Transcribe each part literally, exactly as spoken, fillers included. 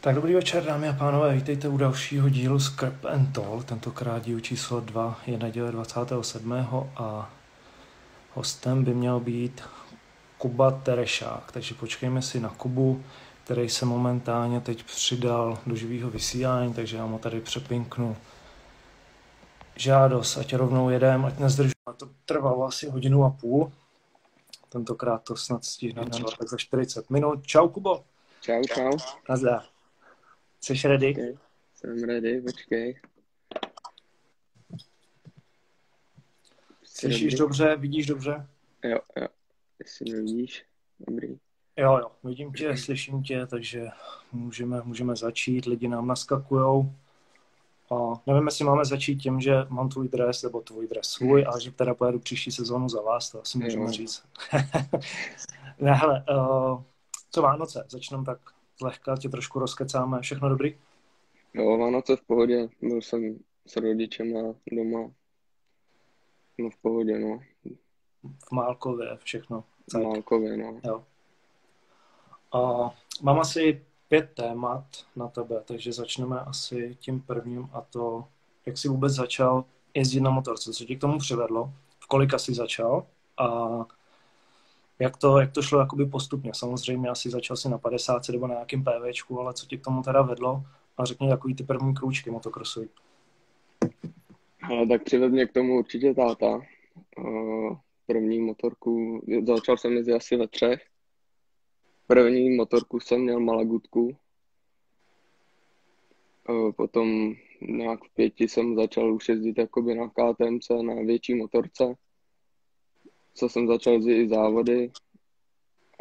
Tak dobrý večer, dámy a pánové, vítejte u dalšího dílu Scrap and Toll, tentokrát díl číslo dva je neděle dvacátého sedmého a hostem by měl být Kuba Terešák, takže počkejme si na Kubu, který se momentálně teď přidal do živého vysílání, takže já mu tady přepinknu žádost, ať rovnou jedem, ať nezdržu. To trvalo asi hodinu a půl, tentokrát to snad stihneme tak za čtyřicet minut. Čau Kubo. Čau, čau. Nazdar. Jsi ready? Okay. Jsem ready, počkej. Slyšíš dobře, vidíš dobře? Jo, jo. Jestli nevidíš, dobrý. Jo, jo, vidím tě, slyším tě, takže můžeme, můžeme začít, lidi nám naskakujou. A nevím, jestli máme začít tím, že mám tvůj dres, nebo tvůj dres svůj, ale že teda pojedu příští sezónu za vás, to asi můžeme říct. Ne, hele, uh, co Vánoce, začneme tak zlehka, tě trošku rozkecáme, všechno dobrý? Jo, Vánoce v pohodě, byl jsem s rodičema doma, no v pohodě, no. V Málkově, všechno. V Málkově, no. Jo. A mám asi pět témat na tebe, takže začneme asi tím prvním a to, jak jsi vůbec začal jezdit na motorce, co tě k tomu přivedlo, v kolika jsi začal a jak to, jak to šlo jakoby postupně. Samozřejmě asi začal si na padesátce nebo na nějakým PVčku, ale co tě k tomu teda vedlo a řekni takový ty první krůčky motokrosový. Ale tak přivedl mě k tomu určitě táta. První motorku, začal jsem jezdit asi ve třech. První motorku jsem měl Malagutku. Potom nějak v pěti jsem začal už jezdit jakoby na K T M C, na větší motorce. Co jsem začal jezdit i závody. A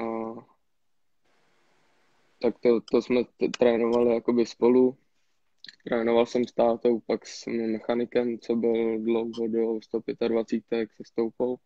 tak to, to jsme t- trénovali jakoby spolu. Trénoval jsem s tátou, pak s mým mechanikem, co byl dlouho do sto dvacet pět se stoupou.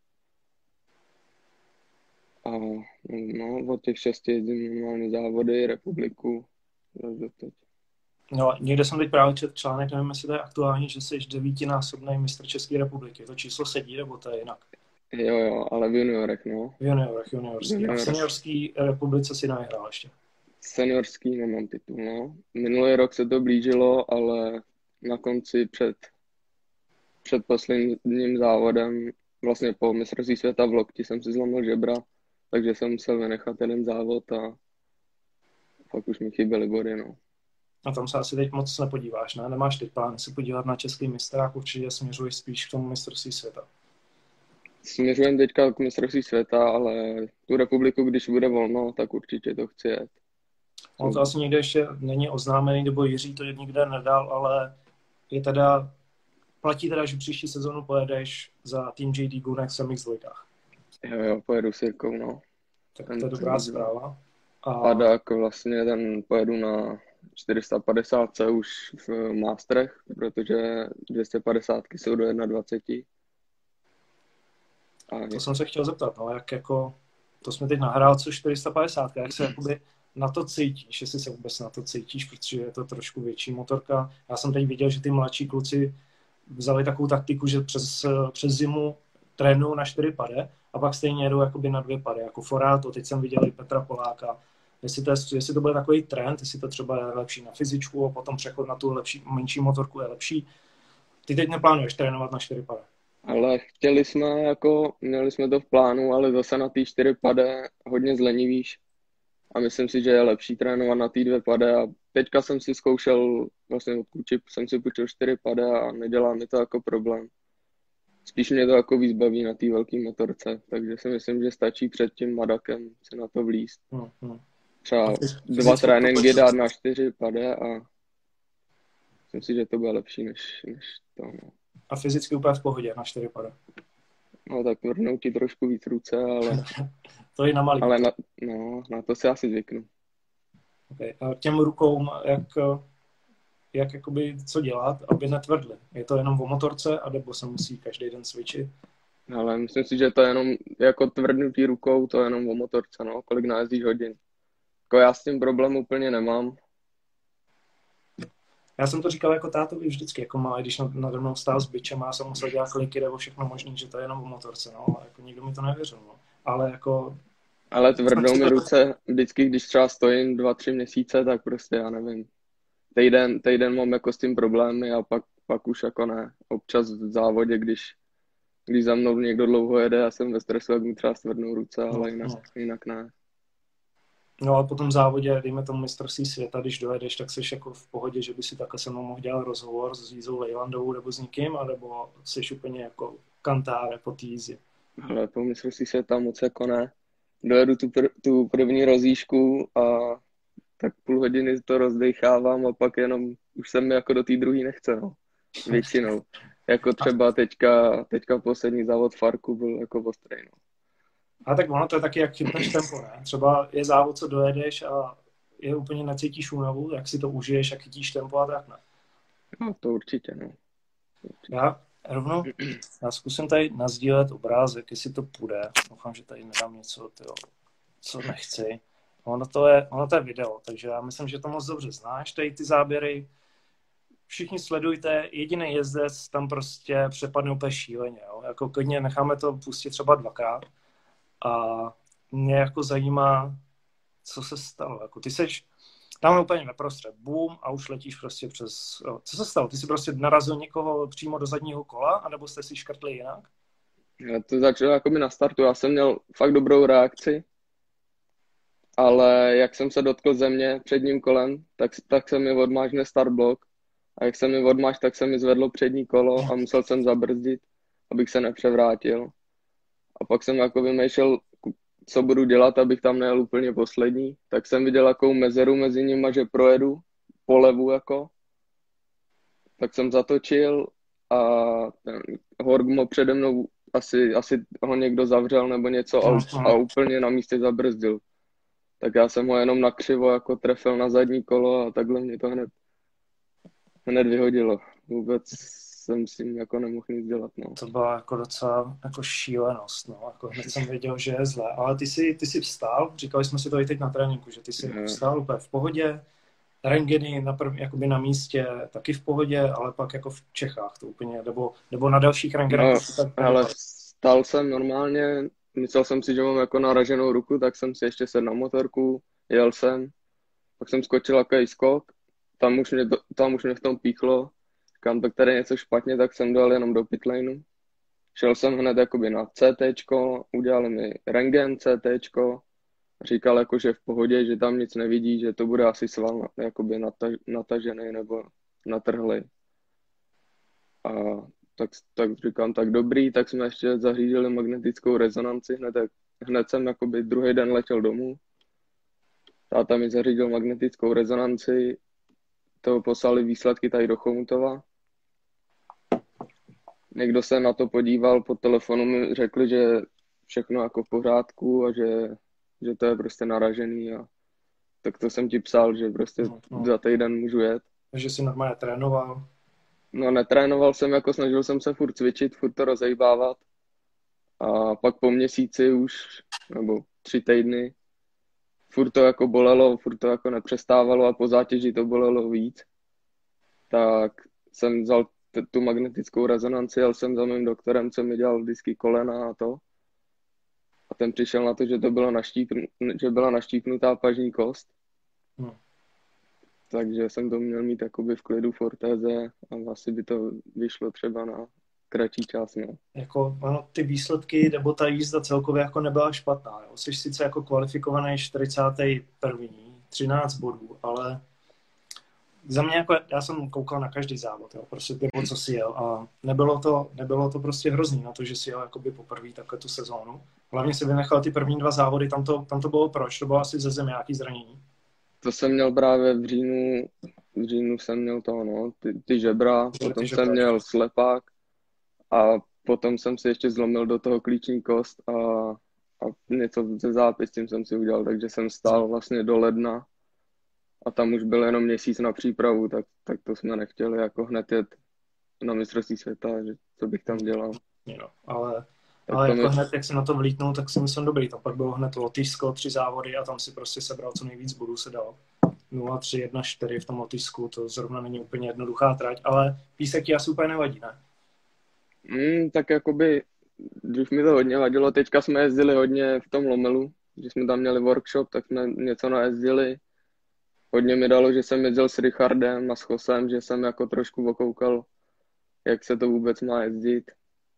A no, od těch šesti jezdím normálně závody, republiku, do teď. No, někde jsem teď právě četl článek, nevím, jestli to je aktuální, že jsi devítinásobný mistr České republiky. To číslo sedí, nebo to je jinak? Jo, jo, ale v juniorech, no. V juniorech, juniorský. juniorech. A v seniorský republice si nevyhrál ještě. Seniorský nemám titul, no. Minulý rok se to blížilo, ale na konci před, před posledním závodem, vlastně po mistrovství světa v Lokti jsem si zlomil žebra, takže jsem musel vynechat jeden závod a pak už mi chyběly body, no. A tam se asi teď moc nepodíváš, ne? Nemáš teď plán se podívat na český mistrák, určitě směřuješ spíš k tomu mistrovství světa. Směřujem teďka k mistrovství světa, ale tu republiku, když bude volno, tak určitě to chci jet. On to asi někde ještě není oznámený, nebo Jiří to nikde nedal, ale je teda, platí teda, že příští sezonu pojedeš za tým J D Gunex M X dva. Jo, jo, pojedu s Jirkou, no. Tak to je dobrá zpráva. A Padak vlastně ten pojedu na čtyři sta padesát C už v Masterech, protože dvě stě padesát jsou do dvacet jedna. A to jsem se chtěl zeptat, no, jak jako, to jsme teď nahrál, co čtyři sta padesát, jak se jakoby na to cítíš, jestli se vůbec na to cítíš, protože je to trošku větší motorka. Já jsem teď viděl, že ty mladší kluci vzali takovou taktiku, že přes, přes zimu trénují na čtyři pade a pak stejně jedou jakoby na dvě pady, jako Forato, teď jsem viděl i Petra Poláka. Jestli to, je, jestli to bude takový trend, jestli to třeba je lepší na fyzičku a potom přechod na tu lepší, menší motorku je lepší. Ty teď neplánuješ trénovat na čtyři pade? Ale chtěli jsme, jako, měli jsme to v plánu, ale zase na té čtyři pade hodně zlenivíš. A myslím si, že je lepší trénovat na té dvě pade. A teďka jsem si zkoušel, vlastně od Kučip jsem si půjčil čtyři pade a nedělá mi to jako problém. Spíš mě to jako víc baví na té velké motorce, takže si myslím, že stačí před tím Madakem se na to vlízt. Hmm, hmm. Třeba dva tréninky dát na čtyři pade a myslím si, že to bude lepší než, než to. No. A fyzicky úplně v pohodě na čtyři pade? No tak vrhnou ti trošku víc ruce, ale... to je na malý. Ale na, no, na to si asi zvyknu. Okay. A těm rukou, jak, jak jakoby, co dělat, aby netvrdly? Je to jenom o motorce, anebo se musí každý den cvičit? Ale myslím si, že to je jenom jako tvrdnutí rukou, to je jenom o motorce, no, kolik najezdíš hodin. Jako já s tím problém úplně nemám. Já jsem to říkal jako tátovi vždycky, jako má, když nade mnou stál s bičem a já jsem musel dělat kliky nebo všechno možný, že to je jenom o motorce, no, ale jako nikdo mi to nevěřil, no. Ale jako Ale tvrdou mi to- ruce vždycky, když třeba stojím dva, tři měsíce, tak prostě já nevím. Týden, týden mám jako s tím problémy a pak, pak už jako ne. Občas v závodě, když, když za mnou někdo dlouho jede, já jsem ve stresu, jak mi třeba stvrdnou ruce, no, ale jinak, no. jinak ne. No a po tom závodě, dejme tomu mistrovství světa, když dojedeš, tak jsi jako v pohodě, že by si takhle se mnou mohl dělat rozhovor s Lízou Lejlandovou nebo s někým, anebo jsi úplně jako kantáre po té jízdě. Ale po mistrovství světa moc jako ne. Dojedu tu, pr- tu první rozjížďku a tak půl hodiny to rozdechávám a pak jenom už se mi jako do té druhé nechce, no. Většinou. Jako třeba teďka, teďka poslední závod Farku byl jako ostrý, no. A tak ono to je taky, jak chytneš tempo, ne? Třeba je závod, co dojedeš a je úplně necítíš únavu, jak si to užiješ a chytíš tempo a tak ne. No to určitě, no. Určitě. Já rovnou, já zkusím tady nazdílet obrázek, jestli to půjde. Doufám, že tady nedám něco, tyjo, co nechci. Ono to, je, ono to je video, takže já myslím, že to moc dobře znáš, tady ty záběry. Všichni sledujte, jediný jezdec tam prostě přepadne úplně šíleně. Jo? Jako klidně necháme to pustit třeba dvakrát. A mě jako zajímá, co se stalo. Jako ty seš tam úplně neprostřed, boom, a už letíš prostě přes... Jo. Co se stalo? Ty jsi prostě narazil někoho přímo do zadního kola, anebo jste si škrtli jinak? Já to začalo jako mi na startu, já jsem měl fakt dobrou reakci, ale jak jsem se dotkl země předním kolem, tak, tak se mi odmážne startblock a jak se mi odmáš, tak se mi zvedlo přední kolo a musel jsem zabrzdit, abych se nepřevrátil. A pak jsem jako vymýšlel, co budu dělat, abych tam nejel úplně poslední. Tak jsem viděl jakou mezeru mezi nimi, že projedu po levu jako. Tak jsem zatočil a ten Horgmo přede mnou asi, asi ho někdo zavřel nebo něco a, a úplně na místě zabrzdil. Tak já jsem ho jenom nakřivo jako trefil na zadní kolo a takhle mě to hned, hned vyhodilo. Vůbec jsem s tím jako nemohl nic dělat, no. To byla jako docela jako šílenost, no. Jako hned jsem věděl, že je zlé. Ale ty jsi, ty jsi vstál, říkali jsme si to i teď na tréninku, že ty jsi Ne. vstál úplně v pohodě, rentgeny na, prv, jakoby na místě taky v pohodě, ale pak jako v Čechách to úplně, nebo, nebo na dalších rentgenech. No, tak, ale vstal jsem normálně, myslel jsem si, že mám jako naraženou ruku, tak jsem si ještě sedl na motorku, jel jsem, pak jsem skočil jaký skok, tam už mě, tam už mě v tom píchlo, říkám, tak tady je něco špatně, tak jsem dojel jenom do pitlaneu. Šel jsem hned jakoby na C T čko, udělali mi rentgen C T čko, říkal jako, že v pohodě, že tam nic nevidí, že to bude asi sval jakoby nataž, natažený nebo natrhlej. A tak, tak říkám, tak dobrý, tak jsme ještě zařídili magnetickou rezonanci, hned, hned jsem jakoby druhý den letěl domů. Táta mi zařídil magnetickou rezonanci, to poslali výsledky tady do Chomutova. Někdo se na to podíval, po telefonu mi řekli, že všechno jako v pořádku a že, že to je prostě naražený a tak to jsem ti psal, že prostě no, no. za týden můžu jet. Takže jsi normálně trénoval? No netrénoval jsem, jako snažil jsem se furt cvičit, furt to rozejbávat a pak po měsíci už, nebo tři týdny, furt to jako bolelo, furt to jako nepřestávalo a po zátěži to bolelo víc, tak jsem vzal t- tu magnetickou rezonanci, jel jsem za mým doktorem, co mi dělal vždycky kolena a to. A ten přišel na to, že to bylo naštípn- že byla naštípnutá pažní kost. Hmm. Takže jsem to měl mít jakoby v klidu v ortéze a asi by to vyšlo třeba na kratší čas, no. Jako, ano, ty výsledky, nebo ta jízda celkově jako nebyla špatná. Jo. Jsi sice jako kvalifikovaný čtyřicátý první, třináct bodů, ale za mě jako, já jsem koukal na každý závod, jo, prostě nebo co si jel a nebylo to, nebylo to prostě hrozný na to, že si jel jakoby poprvé takhle tu sezónu. Hlavně si vynechal ty první dva závody, tam to, tam to bylo proč? To bylo asi ze země nějaký zranění. To jsem měl právě v říjnu, v říjnu jsem měl to, no, ty, ty žebra, Ty potom žebra. jsem měl slepák a potom jsem si ještě zlomil do toho klíční kost a, a něco se zápěstím jsem si udělal, takže jsem stál vlastně do ledna a tam už byl jenom měsíc na přípravu, tak, tak to jsme nechtěli jako hned jet na mistrovství světa, že co bych tam dělal. No, ale Tak ale to jako mi- hned, jak se na to vlítnul, tak si myslím dobrý. Tam pak bylo hned Lotyšsko, tři závody a tam si prostě sebral co nejvíc bodů se dal. nula tři jedna čtyři v tom Lotyšsku, to zrovna není úplně jednoduchá trať, ale písek ti asi úplně nevadí, ne? Mm, tak jakoby, když mi to hodně vadilo, teďka jsme jezdili hodně v tom Lomelu že jsme tam měli workshop, tak jsme něco najezdili. Hodně mi dalo, že jsem jezdil s Richardem a s Chosem, že jsem jako trošku okoukal, jak se to vůbec má jezdit.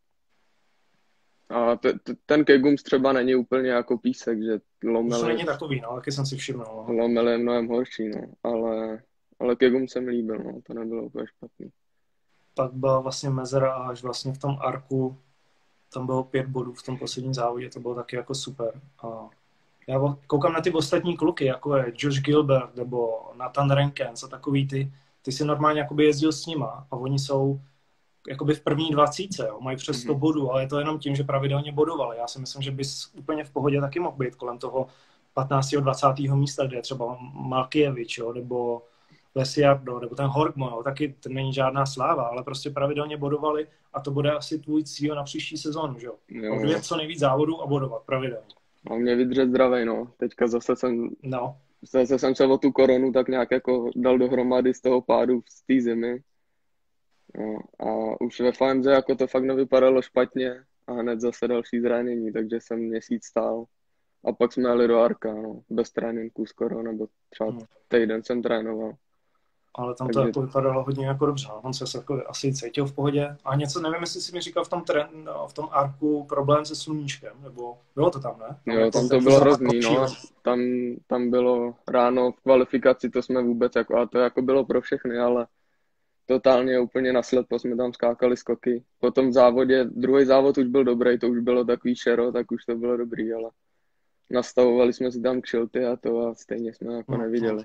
A t- t- ten Kegums třeba není úplně jako písek, že Lomel, To není takový, no, taky jsem si všiml. No. Lomel je mnohem horší, no, ale, ale Kegum se mi líbil, no, to nebylo úplně špatný. Pak byla vlastně mezera až vlastně v tom arku, tam bylo pět bodů v tom posledním závodě, to bylo taky jako super. A já koukám na ty ostatní kluky, jako je Josh Gilbert nebo Nathan Rankins a takový ty, ty si normálně jakoby jezdil s nima a oni jsou jakoby v první dvacítce, jo, mají přes sto bodů, ale je to jenom tím, že pravidelně bodovali. Já si myslím, že bys úplně v pohodě taky mohl být kolem toho patnáctého dvacátého místa, kde je třeba Malkiewicz, jo, nebo Lesiardo, nebo ten Horkmo, jo, taky to není žádná sláva, ale prostě pravidelně bodovali a to bude asi tvůj cíl na příští sezónu, že jo? Odjet co nejvíc závodů a bodovat pravidelně. A mě vydržet zdravej, no. Teďka zase jsem, no. zase jsem se o tu koronu tak nějak jako dal dohromady z toho pádu z té zimy. No, a už ve F M Z jako to fakt nevypadalo špatně a hned zase další zranění, takže jsem měsíc stál. A pak jsme jeli do Arka, no, bez tréninku skoro, nebo třeba hmm. týden jsem trénoval. Ale tam to takže... jako vypadalo hodně jako dobře. On se jako asi cítil v pohodě. A něco, nevím, jestli si mi říkal v tom, trén, v tom Arku problém se sluníčkem, nebo bylo to tam, ne? Tam jo, tam to bylo hrozný, no. Tam, tam bylo ráno v kvalifikaci, to jsme vůbec, jako, a to jako bylo pro všechny, ale totálně úplně naslepo jsme tam skákali skoky. Potom v závodě, druhý závod už byl dobrý, to už bylo takový šero, tak už to bylo dobrý, ale nastavovali jsme si tam kšilty a to a stejně jsme jako neviděli.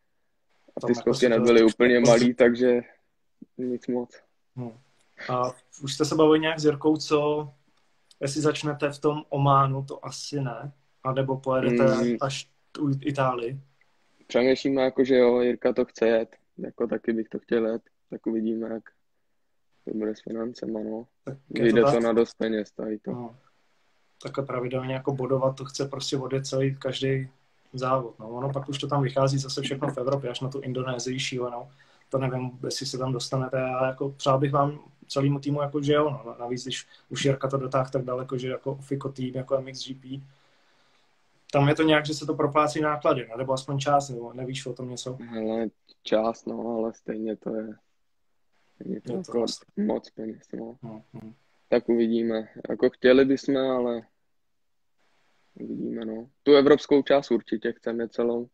A ty skoky nebyly úplně malý, takže nic moc. Hmm. A už jste se bavili nějak s Jirkou, co, jestli začnete v tom Ománu, to asi ne, a nebo pojedete hmm. až tu Itálii? Přemýšlíme jako, že jo, Jirka to chce jet, jako taky bych to chtěl jet, tak uvidíme, jak to bude s financema, no. Vyjde to, to na dost peněz, tady to. No. Takhle pravidelně jako bodovat, to chce prostě odjet celý každý závod. No. Ono pak už to tam vychází zase všechno v Evropě, až na tu Indonésii šílenou. To nevím, jestli se tam dostanete. Já jako přál bych vám celému týmu, jako, že jo. No. Navíc, když už Jirka to dotáhl tak daleko, že jako Fiko tým, jako M X G P, tam je to nějak, že se to proplácí náklady, no? Nebo aspoň část, nebo nevíš o tom něco? Hele, část, no, ale stejně to je, stejně to je jako to vlastně moc peněz, no. Hmm, hmm. Tak uvidíme. Jako chtěli bychom, ale uvidíme, no. Tu evropskou část určitě chceme celou.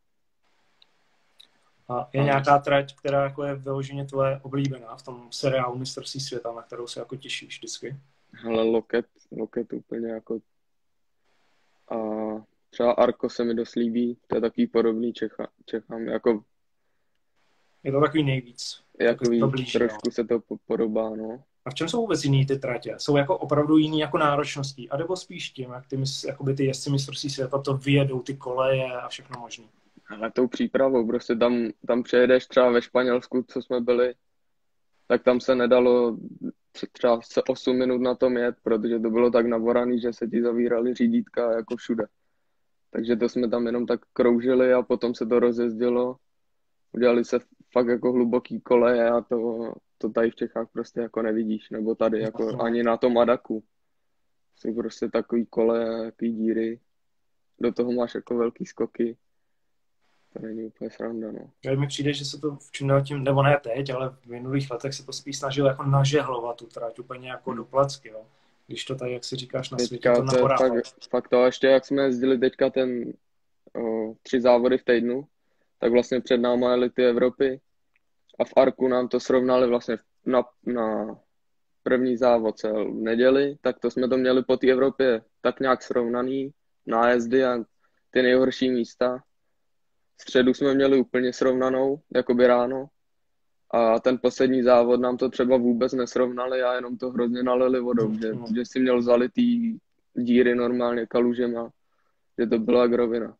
A je a nějaká trať, která jako je vyloženě tvoje oblíbená v tom seriálu Mistrovství světa, na kterou se jako těšíš vždycky? Hele, Loket, Loket úplně jako a třeba Arko se mi dost líbí, to je takový podobný Čecha, Čechám, jako je to takový nejvíc. Jako to blíž, trošku no. Se to podobá, no. A v čem jsou vůbec jiný ty tratě? Jsou jako opravdu jiný jako náročností? A nebo spíš tím, jak ty, jakoby ty jezdci Mistrovství světa to vyjedou, ty koleje a všechno možný? Ale tou přípravou, prostě tam, tam přejedeš třeba ve Španělsku, co jsme byli, tak tam se nedalo třeba osm minut na tom jet, protože to bylo tak navoraný, že se ti zavírali řídítka jako všude. Takže to jsme tam jenom tak kroužili a potom se to rozjezdilo. Udělali se fakt jako hluboký koleje a to, to tady v Čechách prostě jako nevidíš, nebo tady jako ani na tom Adaku. Jsou prostě takový koleje, takový díry. Do toho máš jako velký skoky. To není úplně sranda, no. Já mi přijde, že se to v čím dál tím, nebo ne teď, ale v minulých letech se to spíš snažilo jako nažehlovat tu trať, úplně jako hmm. do placky, jo. Když to tady, jak si říkáš, na světě, to naporávat. Fakt, fakt to, ještě jak jsme jezdili teďka ten o, tři závody v týdnu, tak vlastně před náma jeli ty Evropy a v Arku nám to srovnali vlastně na, na první závod v neděli, tak to jsme to měli po té Evropě tak nějak srovnaný, nájezdy a ty nejhorší místa. Středu jsme měli úplně srovnanou, jakoby ráno. A ten poslední závod nám to třeba vůbec nesrovnali a jenom to hrozně nalili vodou, mm, že, mm. že si měl zalitý díry normálně kalužema, že to byla grovina.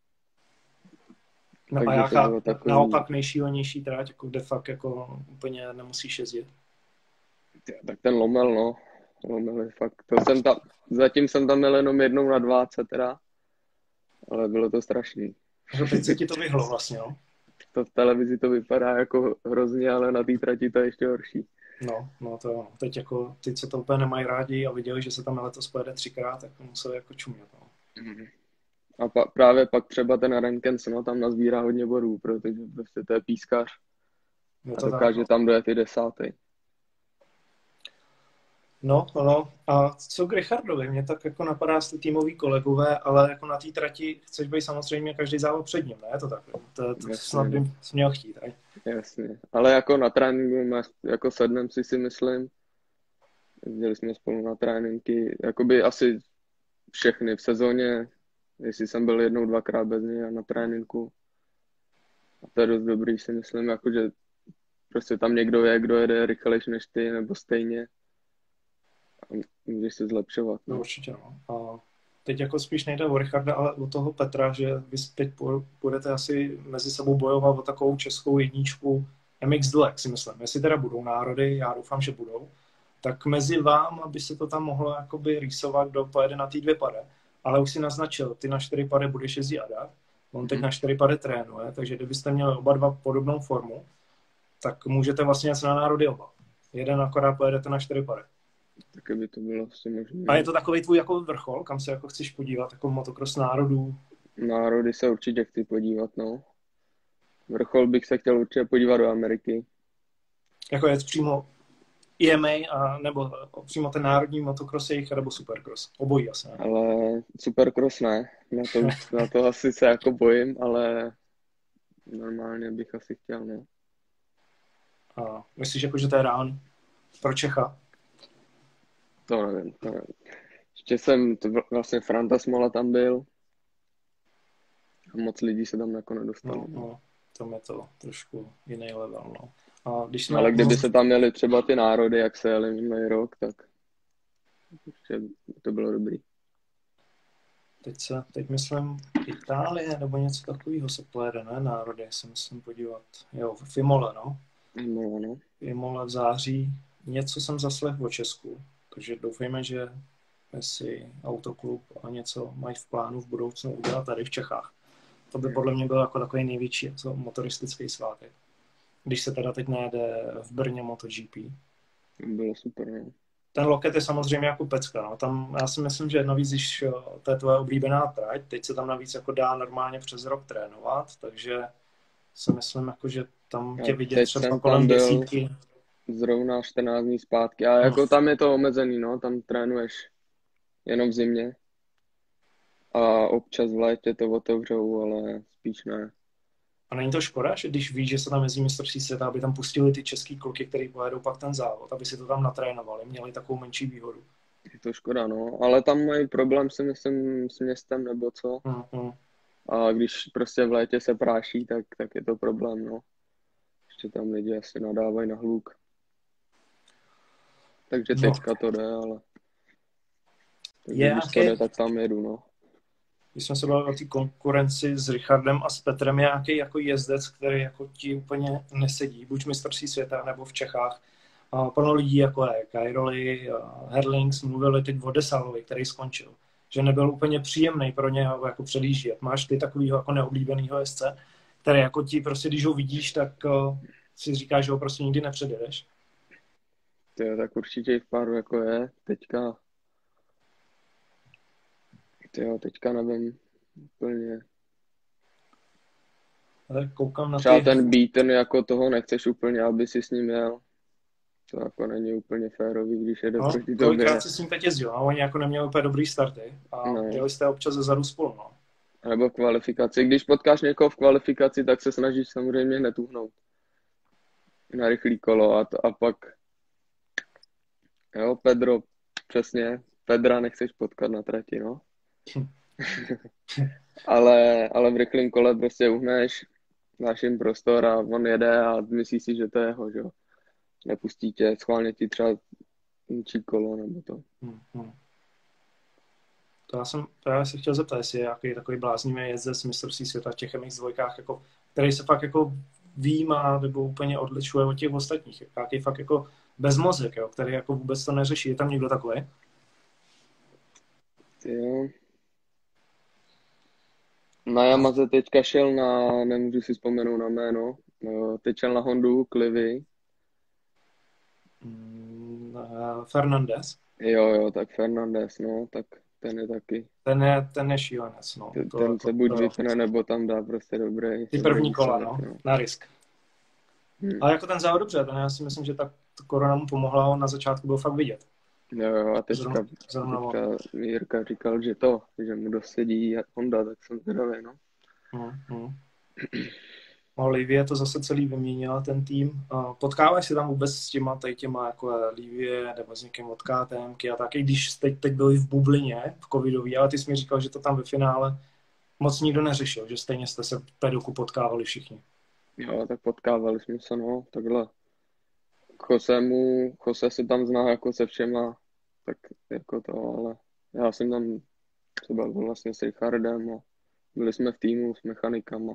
No a jaká takový... naopak nejšílenější tráť, jako kde fakt jako úplně nemusíš jezdit? Tak ten Lomel, no. Lomel je fakt, to jsem tam, zatím jsem tam měl jenom jednou na dvacet teda, ale bylo to strašný. Takže teď se ti to vyhlo vlastně, no? To v televizi to vypadá jako hrozně, ale na té trati to je ještě horší. No, no to jo. Teď jako, ty, co to úplně nemají rádi a viděli, že se tam letos pojede třikrát, tak museli jako čumět, no. Mm. A pa, právě pak třeba ten Rankens, no, tam nazbírá hodně bodů, protože prostě to je pískař Je a to tak, dokáže no. tam dojet i desátý. No, no, no. A co k Richardovi? Mě tak jako napadá ty týmoví kolegové, ale jako na té trati chceš být samozřejmě každý závod před ním, ne? Je to tak. To, to snad Jasně, bym měl chtít, ne? jasně. Ale jako na tréninku, má- jako sednem si si myslím, jezdili jsme spolu na tréninky, jakoby asi všechny v sezóně, jestli jsem byl jednou, dvakrát bez něj a na tréninku. A to je dost dobrý, si myslím, jako že prostě tam někdo je, kdo jede rychlejš než ty, nebo stejně. A můžeš se zlepšovat, No no. určitě, no. A teď jako spíš nejde o Richarda, ale o toho Petra, že vy teď budete asi mezi sebou bojovat o takovou českou jedničku M X dva, jak si myslím. Jestli teda budou národy, já doufám, že budou, tak mezi vám, aby se to tam mohlo jakoby rýsovat, kdo pojede na ty dvě pade. Ale už si naznačil, ty na čtyři pade budeš jezdit Ada, on teď Mhm. na čtyři pade trénuje, takže kdybyste měli oba dva podobnou formu, tak můžete vlastně jet na národy oba. Jeden akorát pojedete na čtyři pade. Taky by to bylo asi možné. A je to takový tvůj jako vrchol, kam se jako chceš podívat, jako motocross národů? Národy se určitě chci podívat, no. Vrchol bych se chtěl určitě podívat do Ameriky. Jako jet přímo E M A, a, nebo přímo ten národní motocross jejich, nebo supercross? Obojí asi, ne? Ale supercross ne. Na to, na to asi se jako bojím, ale normálně bych asi chtěl, no. A myslíš, jako, že to je reálný pro Čecha? To nevím, to nevím. Ještě jsem, to vlastně Franta Smola tam byl a moc lidí se tam jako nedostalo. No, no, tam je to trošku jiný level, no. A když jsme... Ale kdyby se tam měli třeba ty národy, jak se jeli minulý rok, tak ještě to bylo dobrý. Teď se, teď myslím Itálie, nebo něco takového se pojede, ne? Národy, se musím podívat. Jo, v Imole, no. No, no. Imole v září. Něco jsem zaslechl o Česku, takže doufejme, že si Autoklub a něco mají v plánu v budoucnu udělat tady v Čechách. To by podle mě byl jako takový největší jako motoristický svátek. Když se teda teď najede v Brně MotoGP. Bylo super, no. Ten loket je samozřejmě jako pecka. No. Tam, já si myslím, že navíc, když to je tvoje oblíbená trať, teď se tam navíc jako dá normálně přes rok trénovat, takže si myslím, jako, že tam tě vidět třeba kolem desítky. Zrovna čtrnáct dní zpátky. A jako no. Tam je to omezený, no. Tam trénuješ jenom v zimě. A občas v létě to otevřou, ale spíš ne. A není to škoda, že když víš, že se tam jezdí mistrovství světa, aby tam pustili ty český kluky, který pojedou pak ten závod, aby si to tam natrénovali, měli takovou menší výhodu. Je to škoda, no. Ale tam mají problém, si myslím, s městem nebo co. Mm-hmm. A když prostě v létě se práší, tak, tak je to problém, no. Ještě tam lidi asi nadávají na hluk. Takže teďka to jde, ale... Takže je, když jaký... to jde, tak tam jedu, no. Když jsme se bavili o té konkurenci s Richardem a s Petrem, je nějaký jako jezdec, který jako ti úplně nesedí, buď mistrovství světa nebo v Čechách. A plno lidí jako je Cairoli, Herlings, mluvili teď o Desalovi, který skončil. Že nebyl úplně příjemný pro ně jako předjíždět. Máš ty takovýho jako neoblíbenýho jezdce, který jako ti prostě, když ho vidíš, tak uh, si říkáš, že ho prostě nikdy nepředjedeš. Tyjo, tak určitě i v páru jako je. Teďka Tyjo, teďka nevím úplně. Ale koukám na Třeba ty... ten Beaton jako toho nechceš úplně, aby si s ním jel. To jako není úplně férový, když jede No, proti tobě. kolikrát jsi s ním teď jezdil, no? Oni jako neměli úplně dobrý starty a No. dělali jste občas zezadu spolu, no. Nebo v kvalifikaci. Když potkáš někoho v kvalifikaci, tak se snažíš samozřejmě hned uhnout na rychlý kolo a, to, a pak jo, Pedro, přesně, Pedra nechceš potkat na trati, no. ale, ale v rychlém kole prostě uhneš, dáš jim prostor a on jede a myslíš si, že to je jeho, že jo. Nepustí tě, schválně ti třeba ničí kolo nebo to. Hmm, hmm. To já jsem právě se chtěl zeptat, jestli je nějaký takový bláznivý jezdec mistrovství světa v těch M X dva, jako, který se fakt jako výjímá nebo úplně odlišuje od těch ostatních. Nějaký fakt jako bezmozek, jo, který jako vůbec to neřeší. Je tam někdo takový? Jo. Na Yamaze teďka šel na, nemůžu si vzpomenout na jméno, no, teď šel na Hondu, Clivy. Mm, Fernandez. Jo, jo, tak Fernandez, no, tak ten je taky. Ten je, ten je šílenec, no. Ten, To, ten to, se buď to, vypne, nebo tam dá prostě dobrý. ty první kola, no, na risk. Hmm. Ale jako ten závod dobře, ten já si myslím, že ta korona mu pomohla, on na začátku byl fakt vidět. Jo, jo, a teďka, Zrovna, zrovna teďka Jirka říkal, že to, že mu dosedí Honda, tak jsem zvědavý, no. Hmm, hmm. Livie to zase celý vyměnila ten tým. Potkáváš se tam vůbec s těma, tady těma jako Livie nebo s někým od KTMky a tak, i když teď, teď byli v bublině, v covidový, ale ty jsi mi říkal, že to tam ve finále moc nikdo neřešil, že stejně jste se v pedoku potkávali všichni. Jo, tak potkávali jsme se, no, takhle. Jose mu, Jose se tam zná jako se všema, tak jako to, ale já jsem tam se bavil vlastně s Richardem a byli jsme v týmu s mechanikama.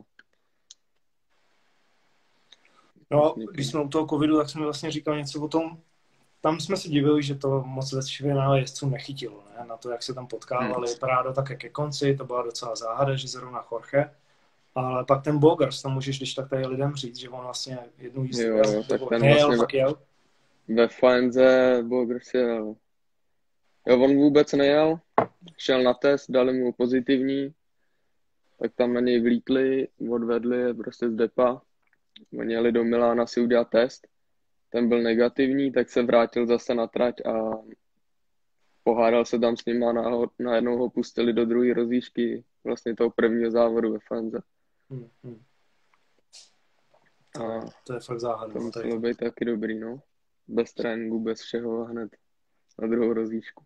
No, když jsme u toho covidu, tak jsem mi vlastně říkal něco o tom, tam jsme si divili, že to moc ve finále jezdců nechytilo, ne? Na to, jak se tam potkávali. Hmm. Paráda také ke konci, to byla docela záhada, že zrovna Jorge. Ale pak ten Bogers, to můžeš když tak tady lidem říct, že on vlastně jednu jízdu jo, jel, tak ten nejel, vlastně pak jel. Ve Faenze Bogers jel. Jo, on vůbec nejel, šel na test, dali mu pozitivní, tak tam na něj vlítli, odvedli je prostě z depa. Oni jeli do Milána si udělat test, ten byl negativní, tak se vrátil zase na trať a pohádal se tam s nima a na, najednou ho pustili do druhé rozjížďky vlastně toho prvního závodu ve Faenze. Hmm, hmm. A to je fakt záhada. To muselo být taky dobrý, no. Bez tréninku, bez všeho a hned na druhou rozjížďku.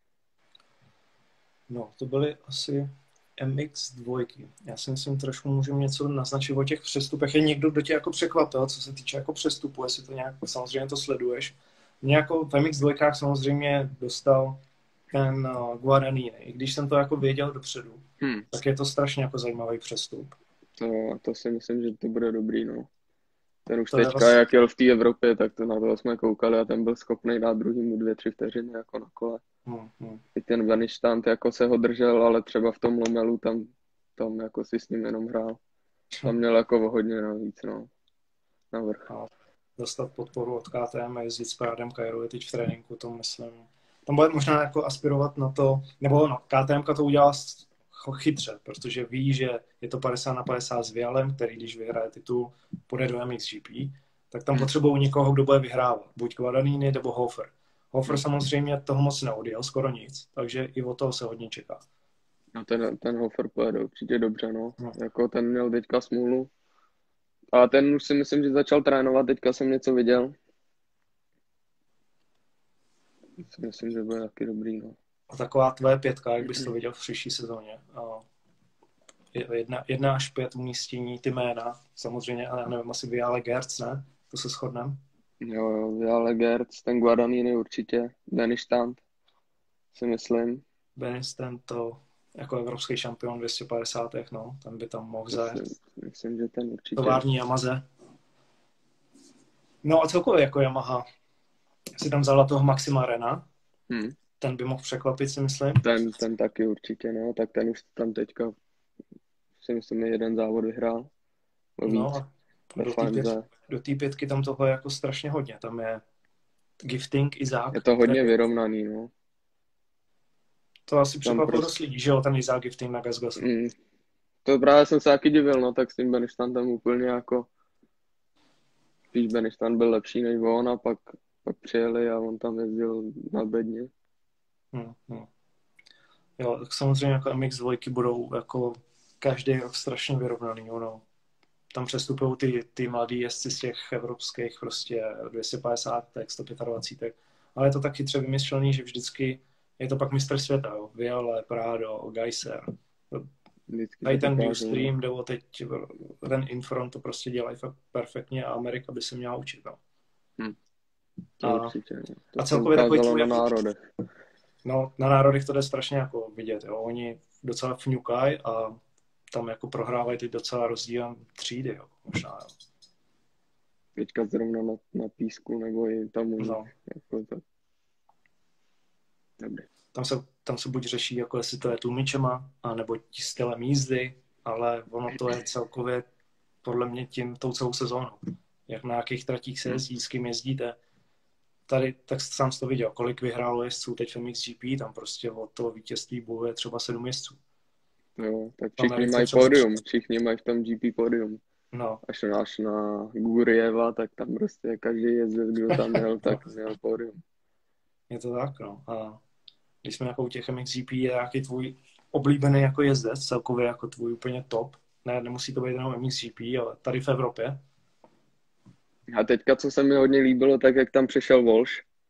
No, to byly asi M X dva. Já si myslím, trošku můžeme něco naznačit o těch přestupech. Je někdo, kdo tě jako překvapil, co se týče jako přestupu, jestli to nějak, samozřejmě to sleduješ. Mě jako v M X dva samozřejmě dostal ten uh, Guaranini. I když jsem to jako věděl dopředu, hmm. tak je to strašně jako zajímavý přestup. To, to si myslím, že to bude dobrý, no. Ten už to teďka, vlastně... jak jel v té Evropě, tak to na toho jsme koukali a ten byl schopný dát druhýmu dvě, tři vteřiny jako na kole. Hmm, hmm. I ten Vaništant jako se ho držel, ale třeba v tom Lomelu tam, tam jako si s ním jenom hrál. Tam měl jako hodně navíc, no. Navrch. A dostat podporu od K T M a jezdit s Pradem Kairu teď v tréninku, to myslím. Tam bude možná jako aspirovat na to, nebo no, K T M to udělá chytře, protože ví, že je to padesát na padesát s Vialem, který když vyhraje titul, půjde do M X G P, tak tam potřebují někoho, kdo bude vyhrávat. Buď Guadagnini nebo Hofer. Hofer samozřejmě toho moc neodjel, skoro nic, takže i o toho se hodně čeká. No ten, ten Hofer pojede určitě dobře, no. no. Jako ten měl teďka smůlu. Ale ten už si myslím, že začal trénovat, teďka jsem něco viděl. Myslím, že bude taky dobrý, no. A taková tvoje pětka, jak bys to viděl v příští sezóně? Jedna, jedna až pět umístění, ty jména, samozřejmě, ale nevím, asi Viale Gertz, ne? To se shodneme. Jo, jo, Viale Gertz, ten Guadagnini určitě, Vaništant, si myslím. Vaništant to jako evropský šampion dvě stě padesát, no, ten by tam mohl zajet. Myslím, myslím, že ten určitě. Tovární Yamaze. No a celkově jako Yamaha, si tam vzala toho Maxima Rena, hmm. ten by mohl překvapit, si myslím. Ten, ten taky určitě, no, tak ten už tam teďka si myslím, že jeden závod vyhrál. No, do té pětky tam toho je jako strašně hodně. Tam je Gifting, Izák. Je to hodně vyrovnaný, no. To asi překvapilo dost lidí, že jo, ten Izák Gifting na Gas-Gas. Mm. To právě jsem se taky divil, no, tak s tím Vaništantem úplně jako spíš Vaništant byl lepší než on a pak, pak přijeli a on tam jezdil na bedně. Hmm, hmm. Jo, tak samozřejmě jako M X dva budou jako každý rok strašně vyrovnaný, ono. Tam přestupují ty, ty mladí jezdci z těch evropských prostě dvě stě padesát, sto dvacet pět, ale je to tak chytře vymyšlený, že vždycky je to pak mistr světa, jo. Viale, Prado, Geiser. Tady ten Viewstream, nebo teď ten Infront to prostě dělají fakt perfektně a Amerika by se měla učit, no. Hmm. A, a celkově takový tvůj... na národech. No, na národech to jde strašně jako vidět, jo. Oni docela fňukají a tam jako prohrávají teď docela rozdílem třídy, jo, možná, jo. Teďka zrovna na, na písku, nebo i tam už, no. Jako to... Dobrý. Tam se, tam se buď řeší, jako jestli to je tlumičema, anebo stylem jízdy, ale ono to je celkově podle mě tím tou celou sezónou. Jak na jakých tratích se jezdí, s kým jezdíte. tady, tak sám jsi to viděl, kolik vyhrálo jezdců teď v M X G P, tam prostě od toho vítězství bojuje třeba sedm jezdců. Jo, tak V všichni Americe mají třeba pódium, všichni mají v tom G P pódium. No, Až náš na Gurjeva, tak tam prostě každý jezdec, kdo tam měl, tak měl pódium. je to tak, no. A když jsme jako u těch M X G P, je nějaký tvůj oblíbený jako jezdec, celkově jako tvůj úplně top. Ne, nemusí to být jenom M X G P, ale tady v Evropě. A teďka, co se mi hodně líbilo, tak jak tam přišel Walsh,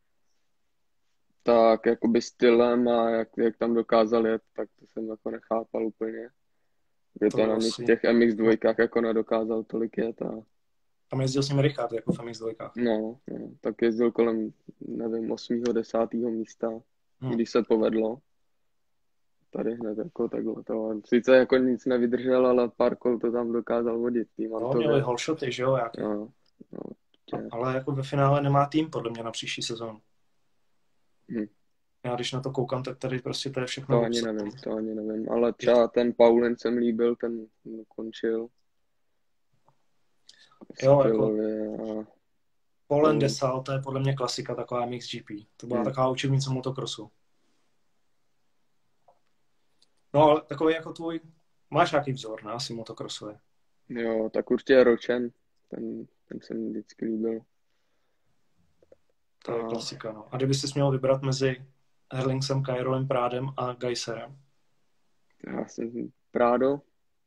tak jakoby stylem a jak, jak tam dokázal jet, tak to jsem jako nechápal úplně. Že To to je na asi- těch M X dva jako nedokázal tolik jet a Tam jezdil s ním Richard, jako v M X dva. no, no, tak jezdil kolem, nevím, osmého desátého místa, Hmm. když se povedlo. Tady hned jako takhle to. Sice jako nic nevydržel, ale pár kol to tam dokázal vodit. Tým No, Antově. měli holshoty, že jo, jak... No, no, určitě. ale jako ve finále nemá tým podle mě na příští sezónu. Hm. Já když na to koukám, tak tady prostě to je všechno. To ani obsah. nevím, to ani nevím. Ale třeba ten Paulin jsem líbil, ten končil. Jo, jako Stylově a... Polen No. Desal, to je podle mě klasika, taková M X G P. To byla Hmm. taková učebnice motokrosu. No ale takový jako tvůj, máš nějaký vzor, ne, asi motokrosové. Jo, tak určitě Ročen, ten, ten jsem vždycky líbil. To je A- klasika, no. A kdyby jsi měl vybrat mezi Herlingsem, Kyrolem, Prádem a Geiserem? Já jsem Prado,